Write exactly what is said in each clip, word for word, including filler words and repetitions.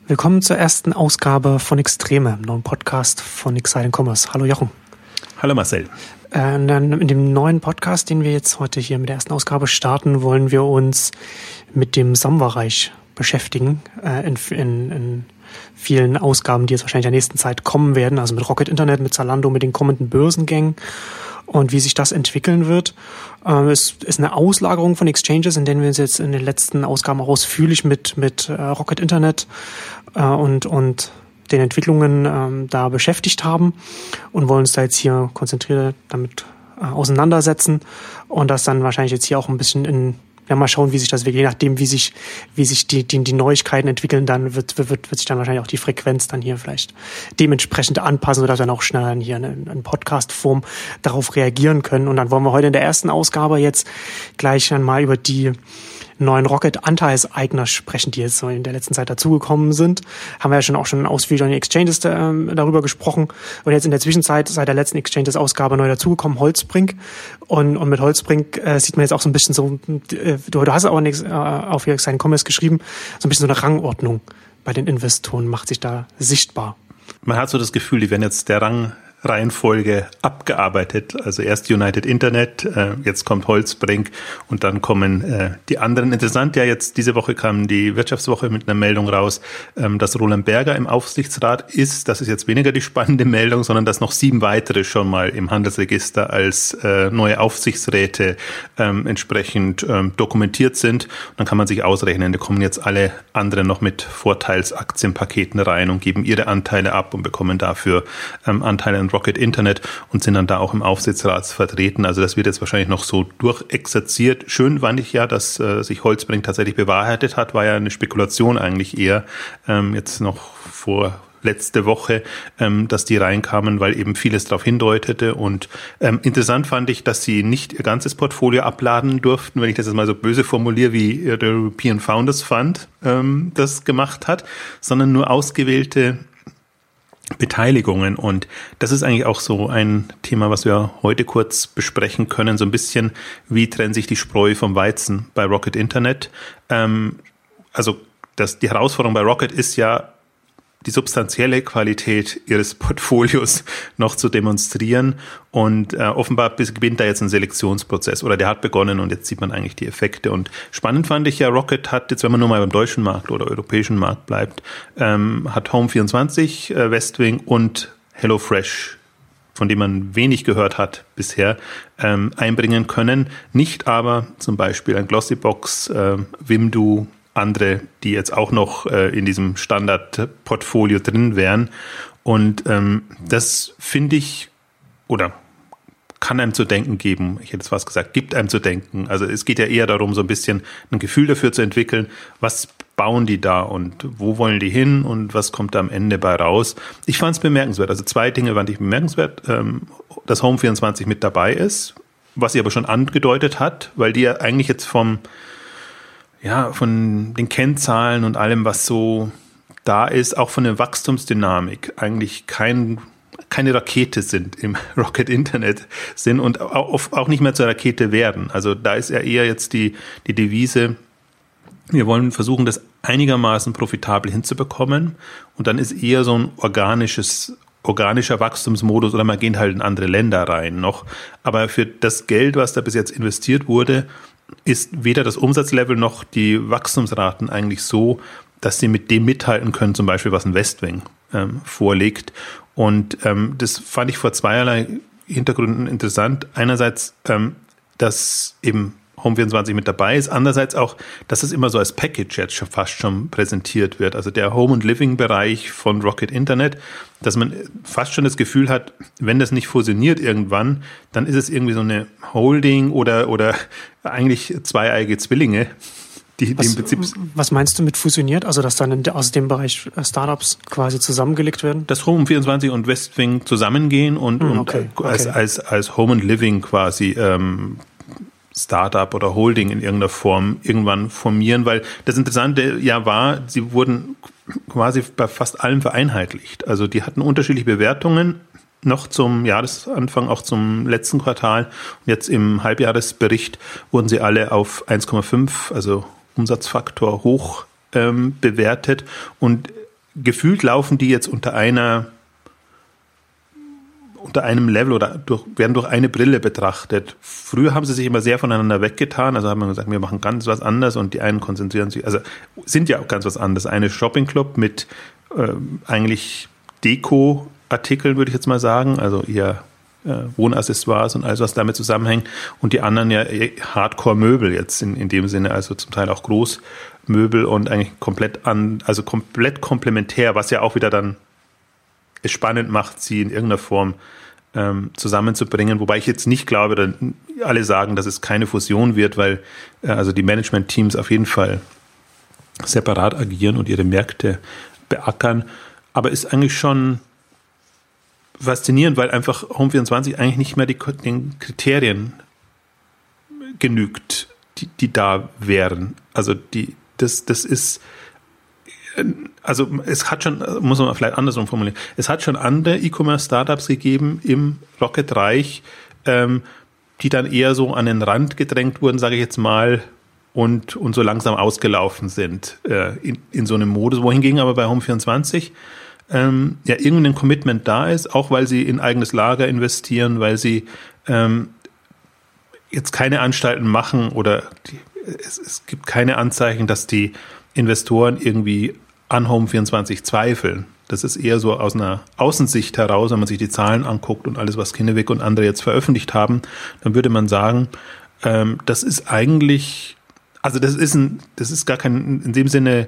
Willkommen zur ersten Ausgabe von Extreme, einem neuen Podcast von Exciting Commerce. Hallo Jochen. Hallo Marcel. Äh, in dem neuen Podcast, den wir jetzt heute hier mit der ersten Ausgabe starten, wollen wir uns mit dem SAM-Bereich beschäftigen, äh, in, in, in vielen Ausgaben, die jetzt wahrscheinlich in der nächsten Zeit kommen werden, also mit Rocket Internet, mit Zalando, mit den kommenden Börsengängen und wie sich das entwickeln wird. Ähm, es ist eine Auslagerung von Exchanges, in denen wir uns jetzt in den letzten Ausgaben auch ausführlich mit, mit äh, Rocket Internet äh, und, und den Entwicklungen ähm, da beschäftigt haben und wollen uns da jetzt hier konzentriert damit äh, auseinandersetzen und das dann wahrscheinlich jetzt hier auch ein bisschen in, ja, mal schauen, wie sich das wirklich, je nachdem, wie sich, wie sich die, die, die Neuigkeiten entwickeln, dann wird, wird, wird sich dann wahrscheinlich auch die Frequenz dann hier vielleicht dementsprechend anpassen, sodass wir dann auch schneller hier in, in Podcast-Form darauf reagieren können. Und dann wollen wir heute in der ersten Ausgabe jetzt gleich dann mal über die neuen Rocket-Anteilseigner sprechen, die jetzt so in der letzten Zeit dazugekommen sind. Haben wir ja schon auch schon ausführlich an den Exchanges ähm, darüber gesprochen. Und jetzt in der Zwischenzeit, seit der letzten Exchanges-Ausgabe neu dazugekommen, Holzbrink. Und, und mit Holzbrink äh, sieht man jetzt auch so ein bisschen so, äh, du, du hast auch nichts äh, auf Exciting Commerce geschrieben, so ein bisschen so eine Rangordnung bei den Investoren macht sich da sichtbar. Man hat so das Gefühl, die werden jetzt der Rang Reihenfolge abgearbeitet. Also erst United Internet, äh, jetzt kommt Holzbrink und dann kommen äh, die anderen. Interessant, ja, jetzt diese Woche kam die Wirtschaftswoche mit einer Meldung raus, ähm, dass Roland Berger im Aufsichtsrat ist. Das ist jetzt weniger die spannende Meldung, sondern dass noch sieben weitere schon mal im Handelsregister als äh, neue Aufsichtsräte ähm, entsprechend ähm, dokumentiert sind. Und dann kann man sich ausrechnen, da kommen jetzt alle anderen noch mit Vorteilsaktienpaketen rein und geben ihre Anteile ab und bekommen dafür ähm, Anteile an Rocket Internet und sind dann da auch im Aufsichtsrat vertreten. Also das wird jetzt wahrscheinlich noch so durchexerziert. Schön fand ich ja, dass äh, sich Holzbrink tatsächlich bewahrheitet hat. War ja eine Spekulation eigentlich eher ähm, jetzt noch vor letzte Woche, ähm, dass die reinkamen, weil eben vieles darauf hindeutete. Und ähm, interessant fand ich, dass sie nicht ihr ganzes Portfolio abladen durften, wenn ich das jetzt mal so böse formuliere, wie der European Founders Fund ähm, das gemacht hat, sondern nur ausgewählte Beteiligungen. Und das ist eigentlich auch so ein Thema, was wir heute kurz besprechen können. So ein bisschen, wie trennt sich die Spreu vom Weizen bei Rocket Internet? Ähm, also das, die Herausforderung bei Rocket ist ja, die substanzielle Qualität ihres Portfolios noch zu demonstrieren. Und äh, offenbar beginnt da jetzt ein Selektionsprozess oder der hat begonnen und jetzt sieht man eigentlich die Effekte. Und spannend fand ich ja, Rocket hat jetzt, wenn man nur mal beim deutschen Markt oder europäischen Markt bleibt, ähm, hat Home vierundzwanzig, äh, Westwing und HelloFresh, von dem man wenig gehört hat bisher, ähm, einbringen können. Nicht aber zum Beispiel ein Glossybox, äh, Wimdu, andere, die jetzt auch noch äh, in diesem Standardportfolio drin wären. Und ähm, das finde ich, oder kann einem zu denken geben, ich hätte jetzt fast gesagt, gibt einem zu denken. Also es geht ja eher darum, so ein bisschen ein Gefühl dafür zu entwickeln, was bauen die da und wo wollen die hin und was kommt da am Ende bei raus. Ich fand es bemerkenswert. Also zwei Dinge fand ich bemerkenswert, ähm, dass Home vierundzwanzig mit dabei ist, was sie aber schon angedeutet hat, weil die ja eigentlich jetzt vom ja, von den Kennzahlen und allem, was so da ist, auch von der Wachstumsdynamik eigentlich kein, keine Rakete sind im Rocket Internet sind und auch, auch nicht mehr zur Rakete werden. Also da ist ja eher jetzt die, die Devise, wir wollen versuchen, das einigermaßen profitabel hinzubekommen und dann ist eher so ein organisches organischer Wachstumsmodus oder man geht halt in andere Länder rein noch. Aber für das Geld, was da bis jetzt investiert wurde, ist weder das Umsatzlevel noch die Wachstumsraten eigentlich so, dass sie mit dem mithalten können, zum Beispiel was ein Westwing ähm, vorlegt. Und ähm, das fand ich vor zweierlei Hintergründen interessant. Einerseits, ähm, dass eben Home vierundzwanzig mit dabei ist. Andererseits auch, dass es immer so als Package jetzt schon fast schon präsentiert wird. Also der Home- und Living-Bereich von Rocket Internet, dass man fast schon das Gefühl hat, wenn das nicht fusioniert irgendwann, dann ist es irgendwie so eine Holding oder, oder eigentlich zweieige Zwillinge. Die, was, die im Prinzip was meinst du mit fusioniert? Also dass dann in, aus dem Bereich Startups quasi zusammengelegt werden? Dass Home vierundzwanzig und Westwing zusammengehen und, hm, und okay, als, okay. als, als Home and Living quasi ähm, Startup oder Holding in irgendeiner Form irgendwann formieren, weil das Interessante ja war, sie wurden quasi bei fast allem vereinheitlicht. Also die hatten unterschiedliche Bewertungen noch zum Jahresanfang, auch zum letzten Quartal. Und jetzt im Halbjahresbericht wurden sie alle auf eins Komma fünf, also Umsatzfaktor hoch ähm, bewertet. Und gefühlt laufen die jetzt unter einer unter einem Level oder durch, werden durch eine Brille betrachtet. Früher haben sie sich immer sehr voneinander weggetan, also haben wir gesagt, wir machen ganz was anderes und die einen konzentrieren sich, also sind ja auch ganz was anderes. Eine Shopping Club mit äh, eigentlich Deko-Artikeln, würde ich jetzt mal sagen, also eher äh, Wohnaccessoires und alles, was damit zusammenhängt, und die anderen ja Hardcore-Möbel jetzt in, in dem Sinne, also zum Teil auch Großmöbel und eigentlich komplett an, also komplett komplementär, was ja auch wieder dann es spannend macht, sie in irgendeiner Form ähm, zusammenzubringen, wobei ich jetzt nicht glaube, dass alle sagen, dass es keine Fusion wird, weil äh, also die Management-Teams auf jeden Fall separat agieren und ihre Märkte beackern, aber ist eigentlich schon faszinierend, weil einfach Home vierundzwanzig eigentlich nicht mehr die, den Kriterien genügt, die, die da wären. Also die, das, das ist Also es hat schon, muss man vielleicht andersrum formulieren, es hat schon andere E-Commerce-Startups gegeben im Rocket-Reich, ähm, die dann eher so an den Rand gedrängt wurden, sage ich jetzt mal, und, und so langsam ausgelaufen sind äh, in, in so einem Modus. Wohingegen aber bei Home vierundzwanzig ähm, ja irgendwie ein Commitment da ist, auch weil sie in eigenes Lager investieren, weil sie ähm, jetzt keine Anstalten machen oder die, es, es gibt keine Anzeichen, dass die Investoren irgendwie an Home vierundzwanzig zweifeln. Das ist eher so aus einer Außensicht heraus, wenn man sich die Zahlen anguckt und alles, was Kinnevik und andere jetzt veröffentlicht haben, dann würde man sagen, ähm, das ist eigentlich, also das ist ein, das ist gar kein, in dem Sinne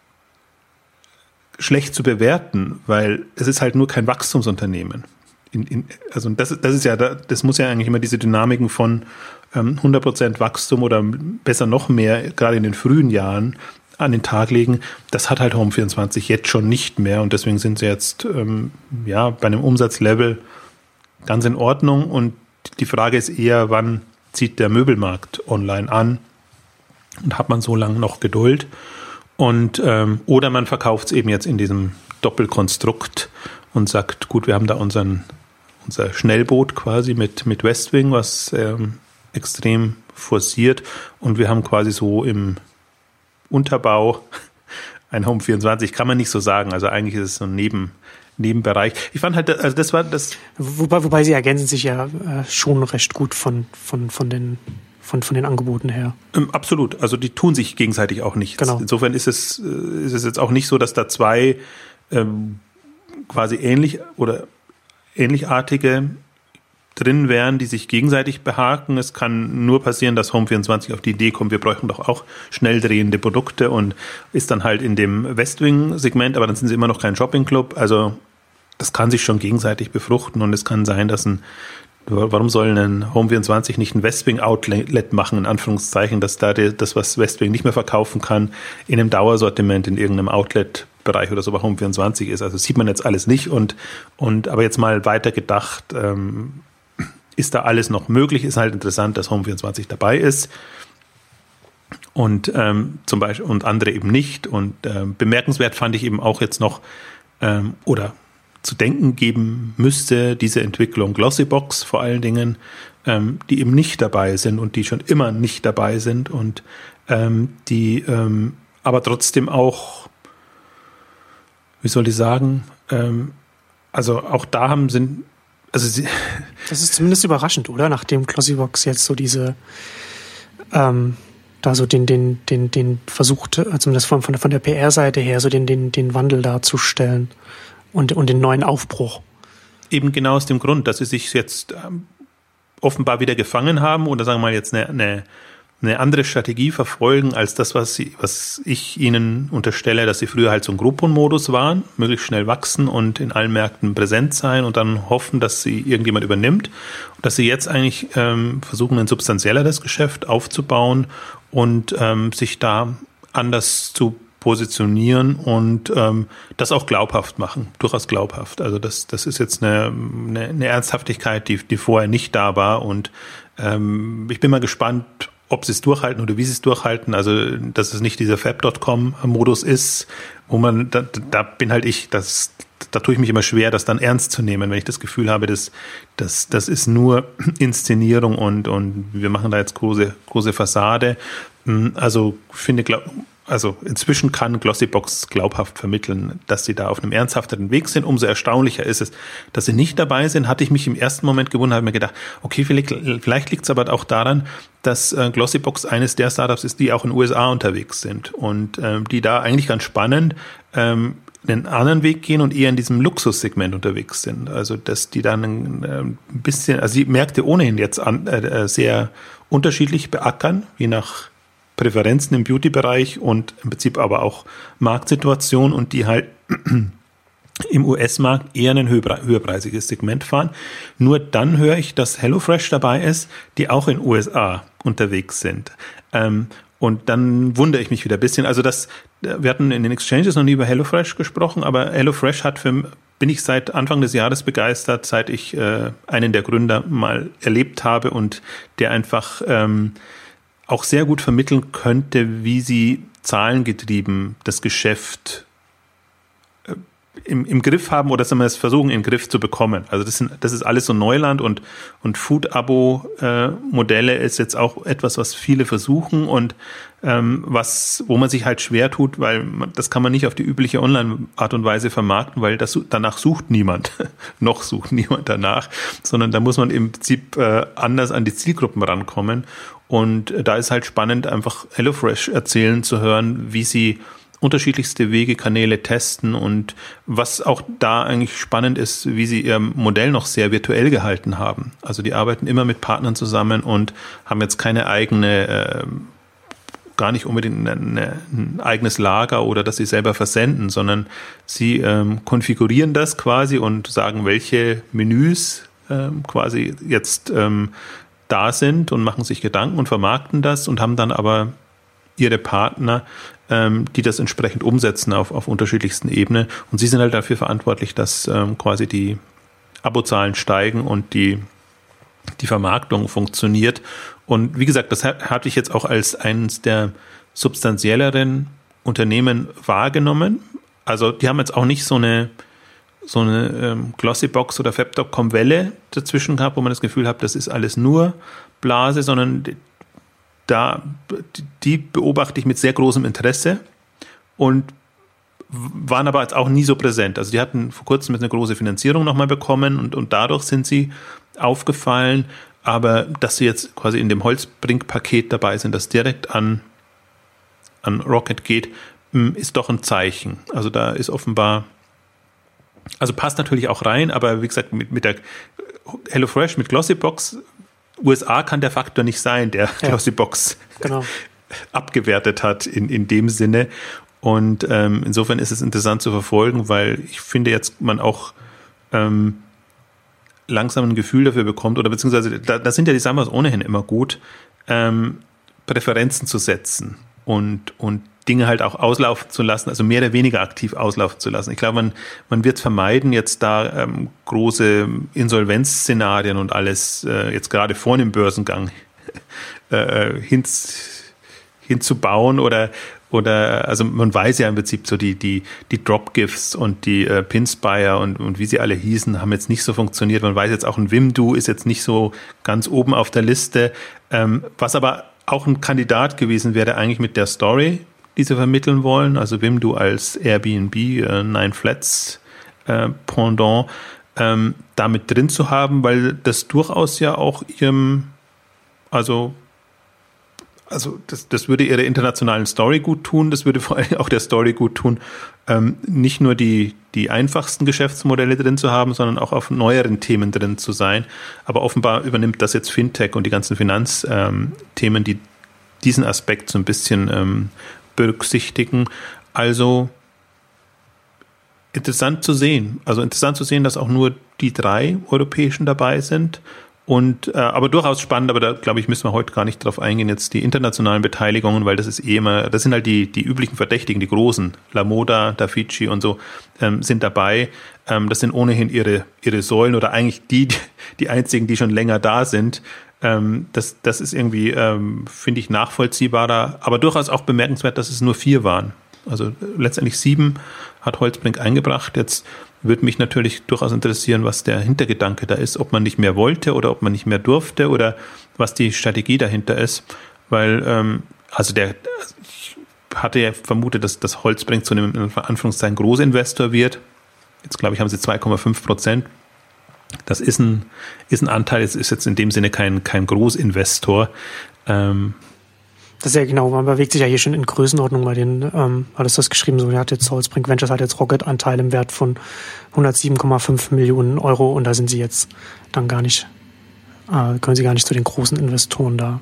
schlecht zu bewerten, weil es ist halt nur kein Wachstumsunternehmen. In, in, also das, das ist ja, das muss ja eigentlich immer diese Dynamiken von ähm, hundert Prozent Wachstum oder besser noch mehr, gerade in den frühen Jahren, an den Tag legen. Das hat halt Home vierundzwanzig jetzt schon nicht mehr und deswegen sind sie jetzt ähm, ja bei einem Umsatzlevel ganz in Ordnung und die Frage ist eher, wann zieht der Möbelmarkt online an und hat man so lange noch Geduld und ähm, oder man verkauft es eben jetzt in diesem Doppelkonstrukt und sagt, gut, wir haben da unseren unser Schnellboot quasi mit, mit Westwing, was ähm, extrem forciert und wir haben quasi so im Unterbau ein Home vierundzwanzig, kann man nicht so sagen. Also eigentlich ist es so ein Neben, Nebenbereich. Ich fand halt, also das war das. Wobei, wobei sie ergänzen sich ja äh, schon recht gut von, von, von, den, von, von den Angeboten her. Ähm, absolut. Also die tun sich gegenseitig auch nichts. Genau. Insofern ist es, äh, ist es jetzt auch nicht so, dass da zwei ähm, quasi ähnlich oder ähnlichartige drin wären, die sich gegenseitig behaken. Es kann nur passieren, dass Home vierundzwanzig auf die Idee kommt, wir bräuchten doch auch schnell drehende Produkte und ist dann halt in dem Westwing-Segment, aber dann sind sie immer noch kein Shopping-Club. Also das kann sich schon gegenseitig befruchten und es kann sein, dass ein, warum soll ein Home vierundzwanzig nicht ein Westwing-Outlet machen, in Anführungszeichen, dass da die, das, was Westwing nicht mehr verkaufen kann, in einem Dauersortiment in irgendeinem Outlet-Bereich oder so bei Home vierundzwanzig ist. Also sieht man jetzt alles nicht und, und aber jetzt mal weiter gedacht, ähm, ist da alles noch möglich? Ist halt interessant, dass Home vierundzwanzig dabei ist und ähm, zum Beispiel und andere eben nicht. Und ähm, bemerkenswert fand ich eben auch jetzt noch ähm, oder zu denken geben müsste diese Entwicklung Glossybox vor allen Dingen, ähm, die eben nicht dabei sind und die schon immer nicht dabei sind und ähm, die ähm, aber trotzdem auch, wie soll ich sagen, ähm, also auch da haben sind Also sie das ist zumindest überraschend, oder? Nachdem Glossybox jetzt so diese, ähm, da so den, den, den, den versuchte, zumindest von, von der P R-Seite her, so den, den, den Wandel darzustellen und, und den neuen Aufbruch. Eben genau aus dem Grund, dass sie sich jetzt ähm, offenbar wieder gefangen haben oder sagen wir mal jetzt eine, eine, eine andere Strategie verfolgen als das, was sie, was ich ihnen unterstelle, dass sie früher halt so ein Groupon-Modus waren, möglichst schnell wachsen und in allen Märkten präsent sein und dann hoffen, dass sie irgendjemand übernimmt. Und dass sie jetzt eigentlich ähm, versuchen, ein substanzielleres Geschäft aufzubauen und ähm, sich da anders zu positionieren und ähm, das auch glaubhaft machen, durchaus glaubhaft. Also das, das ist jetzt eine, eine, eine Ernsthaftigkeit, die, die vorher nicht da war und ähm, ich bin mal gespannt, ob sie es durchhalten oder wie sie es durchhalten, also dass es nicht dieser Fab Punkt com-Modus ist, wo man, da, da bin halt ich, das, da tue ich mich immer schwer, das dann ernst zu nehmen, wenn ich das Gefühl habe, dass, dass, das ist nur Inszenierung und, und wir machen da jetzt große, große Fassade. Also finde, glaub, also inzwischen kann Glossybox glaubhaft vermitteln, dass sie da auf einem ernsthafteren Weg sind. Umso erstaunlicher ist es, dass sie nicht dabei sind. Hatte ich mich im ersten Moment gewundert, habe mir gedacht, okay, vielleicht, vielleicht liegt es aber auch daran, dass äh, Glossybox eines der Startups ist, die auch in den U S A unterwegs sind und ähm, die da eigentlich ganz spannend ähm, einen anderen Weg gehen und eher in diesem Luxussegment unterwegs sind. Also dass die dann ein, ein bisschen, also die Märkte ohnehin jetzt an, äh, sehr unterschiedlich beackern, je nach Präferenzen im Beauty-Bereich und im Prinzip aber auch Marktsituation und die halt im U S-Markt eher ein höherpreisiges Segment fahren. Nur dann höre ich, dass HelloFresh dabei ist, die auch in den U S A unterwegs sind. Ähm, und dann wundere ich mich wieder ein bisschen. Also das, wir hatten in den Exchanges noch nie über HelloFresh gesprochen, aber HelloFresh hat für, bin ich seit Anfang des Jahres begeistert, seit ich äh, einen der Gründer mal erlebt habe und der einfach ähm, auch sehr gut vermitteln könnte, wie sie zahlengetrieben das Geschäft äh, im, im Griff haben oder sagen wir es versuchen, in den Griff zu bekommen. Also das, sind, das ist alles so Neuland und, und Food-Abo-Modelle äh, ist jetzt auch etwas, was viele versuchen und ähm, was, wo man sich halt schwer tut, weil man, das kann man nicht auf die übliche Online-Art und Weise vermarkten, weil das, danach sucht niemand, noch sucht niemand danach, sondern da muss man im Prinzip äh, anders an die Zielgruppen rankommen. Und da ist halt spannend, einfach HelloFresh erzählen zu hören, wie sie unterschiedlichste Wege, Kanäle testen und was auch da eigentlich spannend ist, wie sie ihr Modell noch sehr virtuell gehalten haben. Also die arbeiten immer mit Partnern zusammen und haben jetzt keine eigene, äh, gar nicht unbedingt eine, ein eigenes Lager oder dass sie selber versenden, sondern sie ähm, konfigurieren das quasi und sagen, welche Menüs ähm, quasi jetzt ähm, da sind und machen sich Gedanken und vermarkten das und haben dann aber ihre Partner, ähm, die das entsprechend umsetzen auf, auf unterschiedlichsten Ebenen. Und sie sind halt dafür verantwortlich, dass ähm, quasi die Abozahlen steigen und die, die Vermarktung funktioniert. Und wie gesagt, das hatte ich jetzt auch als eines der substanzielleren Unternehmen wahrgenommen. Also die haben jetzt auch nicht so eine so eine ähm, Glossybox oder Fab Punkt com Welle dazwischen gehabt, wo man das Gefühl hat, das ist alles nur Blase, sondern da die beobachte ich mit sehr großem Interesse und waren aber jetzt auch nie so präsent. Also die hatten vor kurzem eine große Finanzierung nochmal bekommen und, und dadurch sind sie aufgefallen, aber dass sie jetzt quasi in dem Holzbrink-Paket dabei sind, das direkt an, an Rocket geht, ist doch ein Zeichen. Also da ist offenbar Also passt natürlich auch rein, aber wie gesagt, mit, mit der HelloFresh, mit Glossybox, U S A kann der Faktor nicht sein, der ja. Glossybox genau. abgewertet hat in, in dem Sinne. Und ähm, insofern ist es interessant zu verfolgen, weil ich finde jetzt man auch ähm, langsam ein Gefühl dafür bekommt, oder beziehungsweise da, da sind ja die Summers ohnehin immer gut, ähm, Präferenzen zu setzen und, und Dinge halt auch auslaufen zu lassen, also mehr oder weniger aktiv auslaufen zu lassen. Ich glaube, man, man wird vermeiden, jetzt da ähm, große Insolvenzszenarien und alles äh, jetzt gerade vor dem Börsengang äh, hin, hinzubauen oder oder also man weiß ja im Prinzip so die die die Dropgifts und die äh, Pinspire und und wie sie alle hießen, haben jetzt nicht so funktioniert. Man weiß jetzt auch ein Wimdu ist jetzt nicht so ganz oben auf der Liste, ähm, was aber auch ein Kandidat gewesen wäre eigentlich mit der Story, die sie vermitteln wollen, also Wimdu als Airbnb, äh, Nine Flats äh, Pendant, ähm, damit drin zu haben, weil das durchaus ja auch ihrem, also also das, das würde ihrer internationalen Story gut tun, das würde vor allem auch der Story gut tun, ähm, nicht nur die, die einfachsten Geschäftsmodelle drin zu haben, sondern auch auf neueren Themen drin zu sein. Aber offenbar übernimmt das jetzt Fintech und die ganzen Finanzthemen, ähm, die diesen Aspekt so ein bisschen ähm, berücksichtigen. Also interessant zu sehen. Also interessant zu sehen, dass auch nur die drei europäischen dabei sind. Und äh, aber durchaus spannend, aber da glaube ich, müssen wir heute gar nicht drauf eingehen, jetzt die internationalen Beteiligungen, weil das ist eh immer, das sind halt die, die üblichen Verdächtigen, die großen, Lamoda, Dafiti und so, ähm, sind dabei. Ähm, das sind ohnehin ihre, ihre Säulen oder eigentlich die, die einzigen, die schon länger da sind. Ähm, das, das ist irgendwie, ähm, finde ich, nachvollziehbarer, aber durchaus auch bemerkenswert, dass es nur vier waren. Also letztendlich sieben hat Holzbrink eingebracht. Jetzt würde mich natürlich durchaus interessieren, was der Hintergedanke da ist, ob man nicht mehr wollte oder ob man nicht mehr durfte oder was die Strategie dahinter ist. Weil, ähm, also der, ich hatte ja vermutet, dass das Holtzbrinck zu einem, in Anführungszeichen, Großinvestor wird. Jetzt, glaube ich, haben sie zwei Komma fünf Prozent. Das ist ein, ist ein Anteil, es ist jetzt in dem Sinne kein, kein Großinvestor. Ähm, Das ist ja genau, man bewegt sich ja hier schon in Größenordnung bei den, ähm, hat es das geschrieben, so, hat jetzt Holtzbrinck Ventures hat jetzt Rocket-Anteil im Wert von hundertsieben Komma fünf Millionen Euro und da sind sie jetzt dann gar nicht, äh, können sie gar nicht zu den großen Investoren da.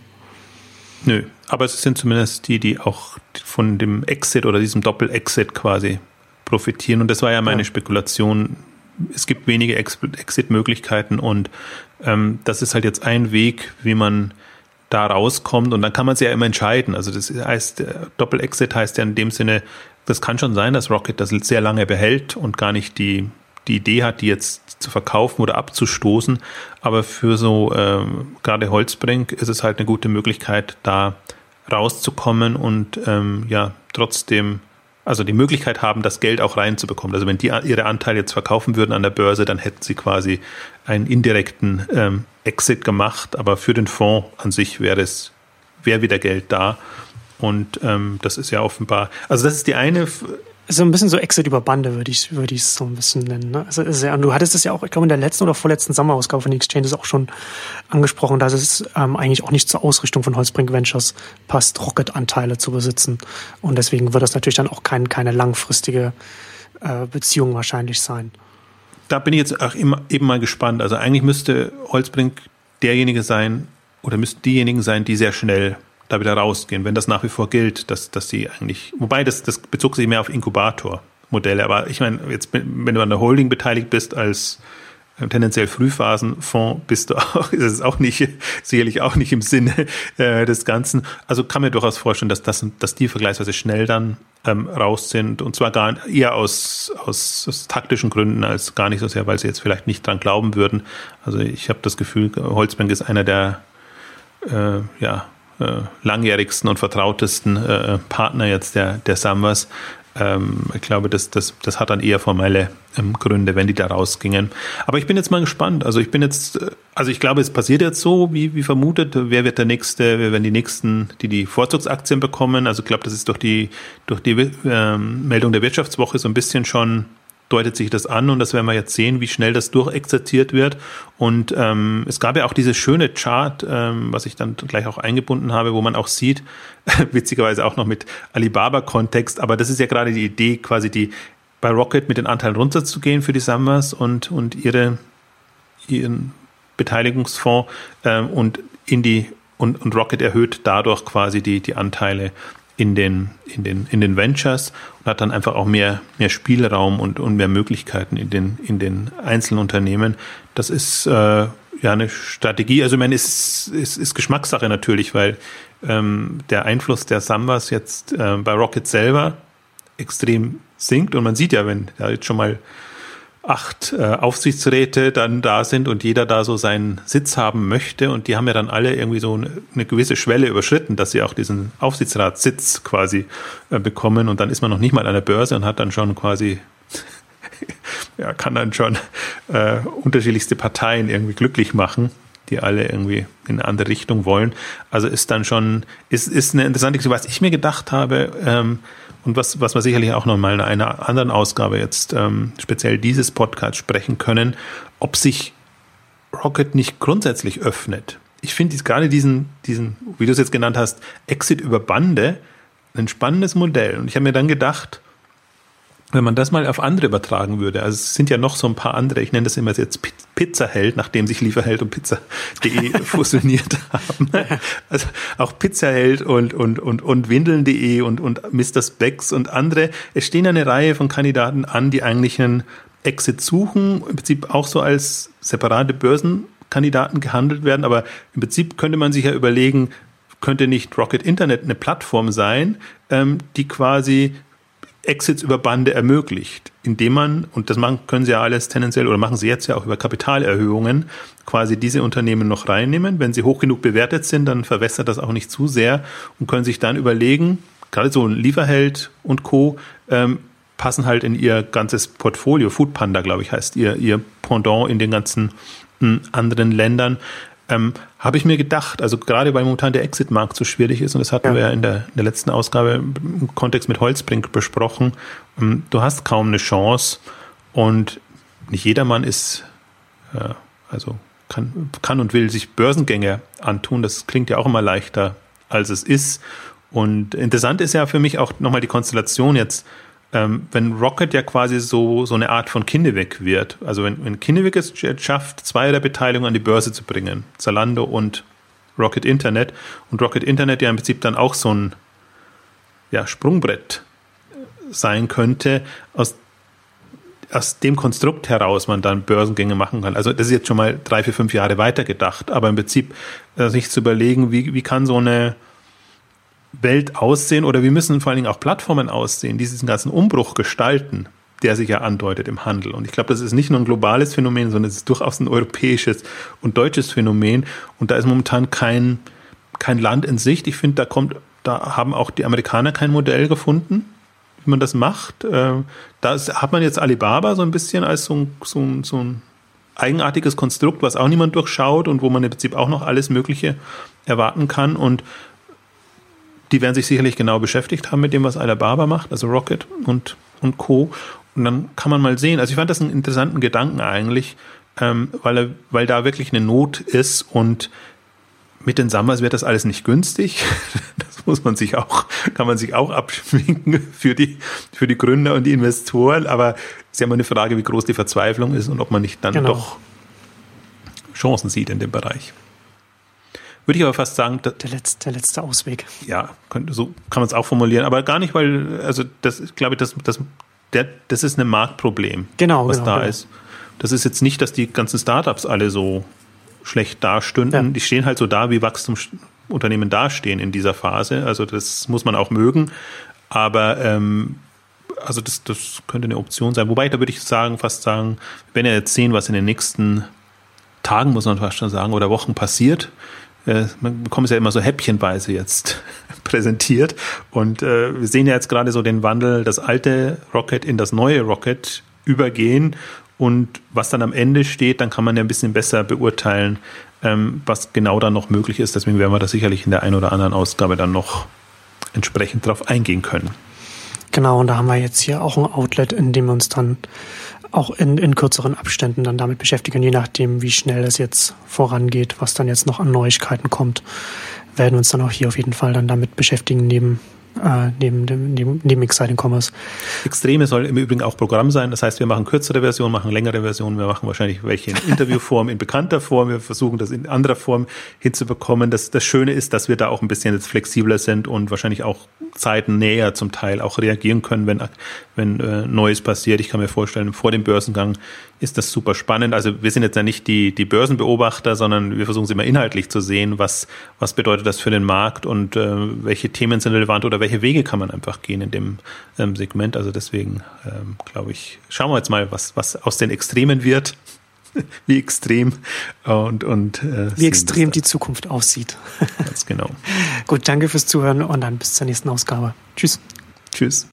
Nö, aber es sind zumindest die, die auch von dem Exit oder diesem Doppel-Exit quasi profitieren und das war ja meine ja. Spekulation. Es gibt wenige Exit-Möglichkeiten und ähm, das ist halt jetzt ein Weg, wie man da rauskommt und dann kann man sich ja immer entscheiden. Also das heißt, Doppel-Exit heißt ja in dem Sinne, das kann schon sein, dass Rocket das sehr lange behält und gar nicht die, die Idee hat, die jetzt zu verkaufen oder abzustoßen. Aber für so ähm, gerade Holtzbrinck ist es halt eine gute Möglichkeit, da rauszukommen und ähm, ja trotzdem also die Möglichkeit haben, das Geld auch reinzubekommen. Also wenn die ihre Anteile jetzt verkaufen würden an der Börse, dann hätten sie quasi einen indirekten ähm, Exit gemacht. Aber für den Fonds an sich wäre es, wäre wieder Geld da. Und ähm, das ist ja offenbar, also das ist die eine... So ein bisschen so Exit über Bande, würde ich würde ich es so ein bisschen nennen. Ne? Also ist ja, du hattest es ja auch, ich glaube, in der letzten oder vorletzten Sommerausgabe von den Exchanges auch schon angesprochen, dass es ähm, eigentlich auch nicht zur Ausrichtung von Holtzbrinck Ventures passt, Rocket-Anteile zu besitzen. Und deswegen wird das natürlich dann auch kein, keine langfristige äh, Beziehung wahrscheinlich sein. Da bin ich jetzt auch immer, eben mal gespannt. Also eigentlich müsste Holtzbrinck derjenige sein oder müssten diejenigen sein, die sehr schnell da wieder rausgehen, wenn das nach wie vor gilt, dass, dass sie eigentlich, wobei das, das bezog sich mehr auf Inkubator-Modelle, aber ich meine, jetzt, wenn du an der Holding beteiligt bist als äh, tendenziell Frühphasenfonds, bist du auch, ist es auch nicht, sicherlich auch nicht im Sinne äh, des Ganzen. Also kann mir durchaus vorstellen, dass das, dass die vergleichsweise schnell dann ähm, raus sind und zwar gar eher aus, aus, aus taktischen Gründen als gar nicht so sehr, weil sie jetzt vielleicht nicht dran glauben würden. Also ich habe das Gefühl, Holtzbrinck ist einer der, äh, ja, langjährigsten und vertrautesten äh, Partner jetzt der, der Samwas. Ähm, ich glaube, das, das, das hat dann eher formelle ähm, Gründe, wenn die da rausgingen. Aber ich bin jetzt mal gespannt. Also ich bin jetzt, also ich glaube, es passiert jetzt so, wie, wie vermutet. Wer wird der Nächste, wer werden die Nächsten, die die Vorzugsaktien bekommen? Also ich glaube, das ist durch die, durch die ähm, Meldung der Wirtschaftswoche so ein bisschen schon deutet sich das an und das werden wir jetzt sehen, wie schnell das durchexerziert wird. Und ähm, es gab ja auch dieses schöne Chart, ähm, was ich dann gleich auch eingebunden habe, wo man auch sieht, witzigerweise auch noch mit Alibaba-Kontext, aber das ist ja gerade die Idee, quasi die bei Rocket mit den Anteilen runterzugehen für die Samwas und, und ihre, ihren Beteiligungsfonds ähm, und in die und, und Rocket erhöht dadurch quasi die, die Anteile in den, in den, in den Ventures und hat dann einfach auch mehr, mehr Spielraum und, und mehr Möglichkeiten in den, in den einzelnen Unternehmen. Das ist äh, ja eine Strategie. Also ich meine, es ist, ist, ist Geschmackssache natürlich, weil ähm, der Einfluss der Samwas jetzt äh, bei Rocket selber extrem sinkt und man sieht ja, wenn da jetzt schon mal acht äh, Aufsichtsräte dann da sind und jeder da so seinen Sitz haben möchte und die haben ja dann alle irgendwie so eine, eine gewisse Schwelle überschritten, dass sie auch diesen Aufsichtsratssitz quasi äh, bekommen und dann ist man noch nicht mal an der Börse und hat dann schon quasi ja, kann dann schon äh, unterschiedlichste Parteien irgendwie glücklich machen, die alle irgendwie in eine andere Richtung wollen. Also ist dann schon, ist, ist eine interessante Geschichte, was ich mir gedacht habe, ähm, und was, was wir sicherlich auch noch mal in einer anderen Ausgabe jetzt ähm, speziell dieses Podcast sprechen können, ob sich Rocket nicht grundsätzlich öffnet. Ich finde gerade diesen, diesen, wie du es jetzt genannt hast, Exit über Bande ein spannendes Modell. Und ich habe mir dann gedacht, wenn man das mal auf andere übertragen würde, also es sind ja noch so ein paar andere, ich nenne das immer jetzt Pizzaheld, nachdem sich Lieferheld und Pizza Punkt de fusioniert haben. Also auch Pizzaheld und, und, und, und Windeln Punkt de und, und Mister Spex und andere. Es stehen eine Reihe von Kandidaten an, die eigentlich einen Exit suchen, im Prinzip auch so als separate Börsenkandidaten gehandelt werden, aber im Prinzip könnte man sich ja überlegen, könnte nicht Rocket Internet eine Plattform sein, ähm, die quasi Exits über Bande ermöglicht, indem man, und das machen, können sie ja alles tendenziell, oder machen sie jetzt ja auch über Kapitalerhöhungen, quasi diese Unternehmen noch reinnehmen. Wenn sie hoch genug bewertet sind, dann verwässert das auch nicht zu sehr und können sich dann überlegen, gerade so ein Lieferheld und Co. Ähm, passen halt in ihr ganzes Portfolio, Foodpanda, glaube ich, heißt ihr, ihr Pendant in den ganzen m, anderen Ländern. Ähm, habe ich mir gedacht, also gerade weil momentan der Exit-Markt so schwierig ist, und das hatten ja. wir ja in der, in der letzten Ausgabe im Kontext mit Holzbrink besprochen, ähm, du hast kaum eine Chance und nicht jedermann ist, äh, also kann, kann und will sich Börsengänge antun. Das klingt ja auch immer leichter, als es ist. Und interessant ist ja für mich auch nochmal die Konstellation jetzt, ähm, wenn Rocket ja quasi so, so eine Art von Kinnevik wird. Also wenn, wenn Kinnevik es schafft, zwei der Beteiligungen an die Börse zu bringen, Zalando und Rocket Internet, und Rocket Internet ja im Prinzip dann auch so ein ja, Sprungbrett sein könnte, aus, aus dem Konstrukt heraus man dann Börsengänge machen kann. Also das ist jetzt schon mal drei, vier, fünf Jahre weiter gedacht, aber im Prinzip äh, sich zu überlegen, wie, wie kann so eine Welt aussehen oder wie müssen vor allen Dingen auch Plattformen aussehen, die diesen ganzen Umbruch gestalten, der sich ja andeutet im Handel. Und ich glaube, das ist nicht nur ein globales Phänomen, sondern es ist durchaus ein europäisches und deutsches Phänomen. Und da ist momentan kein, kein Land in Sicht. Ich finde, da kommt, da haben auch die Amerikaner kein Modell gefunden, wie man das macht. Da hat man jetzt Alibaba so ein bisschen als so ein, so ein, so ein eigenartiges Konstrukt, was auch niemand durchschaut und wo man im Prinzip auch noch alles Mögliche erwarten kann. Und die werden sich sicherlich genau beschäftigt haben mit dem, was Alibaba macht, also Rocket und, und Co. Und dann kann man mal sehen. Also ich fand das einen interessanten Gedanken eigentlich, ähm, weil, er, weil da wirklich eine Not ist und mit den Sambas wird das alles nicht günstig. Das muss man sich auch, kann man sich auch abschminken für die, für die Gründer und die Investoren. Aber es ist ja immer eine Frage, wie groß die Verzweiflung ist und ob man nicht dann genau. doch Chancen sieht in dem Bereich. Würde ich aber fast sagen, der letzte, der letzte Ausweg. Ja, könnte, so kann man es auch formulieren, aber gar nicht, weil, also das, glaube ich, das, das, der, das ist ein Marktproblem, genau, was genau, da genau. ist. Das ist jetzt nicht, dass die ganzen Startups alle so schlecht dastünden. Ja. Die stehen halt so da, wie Wachstumsunternehmen dastehen in dieser Phase. Also das muss man auch mögen. Aber ähm, also das, das könnte eine Option sein. Wobei, da würde ich sagen, fast sagen, wenn wir jetzt sehen, was in den nächsten Tagen, muss man fast schon sagen, oder Wochen passiert. Man bekommt es ja immer so häppchenweise jetzt präsentiert und äh, wir sehen ja jetzt gerade so den Wandel, das alte Rocket in das neue Rocket übergehen und was dann am Ende steht, dann kann man ja ein bisschen besser beurteilen, ähm, was genau dann noch möglich ist. Deswegen werden wir da sicherlich in der einen oder anderen Ausgabe dann noch entsprechend drauf eingehen können. Genau, und da haben wir jetzt hier auch ein Outlet, in dem wir uns dann auch in, in kürzeren Abständen dann damit beschäftigen, je nachdem, wie schnell es jetzt vorangeht, was dann jetzt noch an Neuigkeiten kommt, werden wir uns dann auch hier auf jeden Fall dann damit beschäftigen, neben äh, neben dem neben, neben Exciting Commerce. Extreme soll im Übrigen auch Programm sein. Das heißt, wir machen kürzere Versionen, machen längere Versionen, wir machen wahrscheinlich welche in Interviewform, in bekannter Form. Wir versuchen das in anderer Form hinzubekommen. Das, das Schöne ist, dass wir da auch ein bisschen jetzt flexibler sind und wahrscheinlich auch zeitnäher zum Teil auch reagieren können, wenn, wenn äh, Neues passiert. Ich kann mir vorstellen, vor dem Börsengang ist das super spannend. Also wir sind jetzt ja nicht die, die Börsenbeobachter, sondern wir versuchen es immer inhaltlich zu sehen, was, was bedeutet das für den Markt und äh, welche Themen sind relevant oder welche Wege kann man einfach gehen in dem ähm, Segment. Also deswegen ähm, glaube ich, schauen wir jetzt mal, was, was aus den Extremen wird, wie extrem und, und äh, wie extrem die Zukunft aussieht. Ganz genau. Gut, danke fürs Zuhören und dann bis zur nächsten Ausgabe. Tschüss. Tschüss.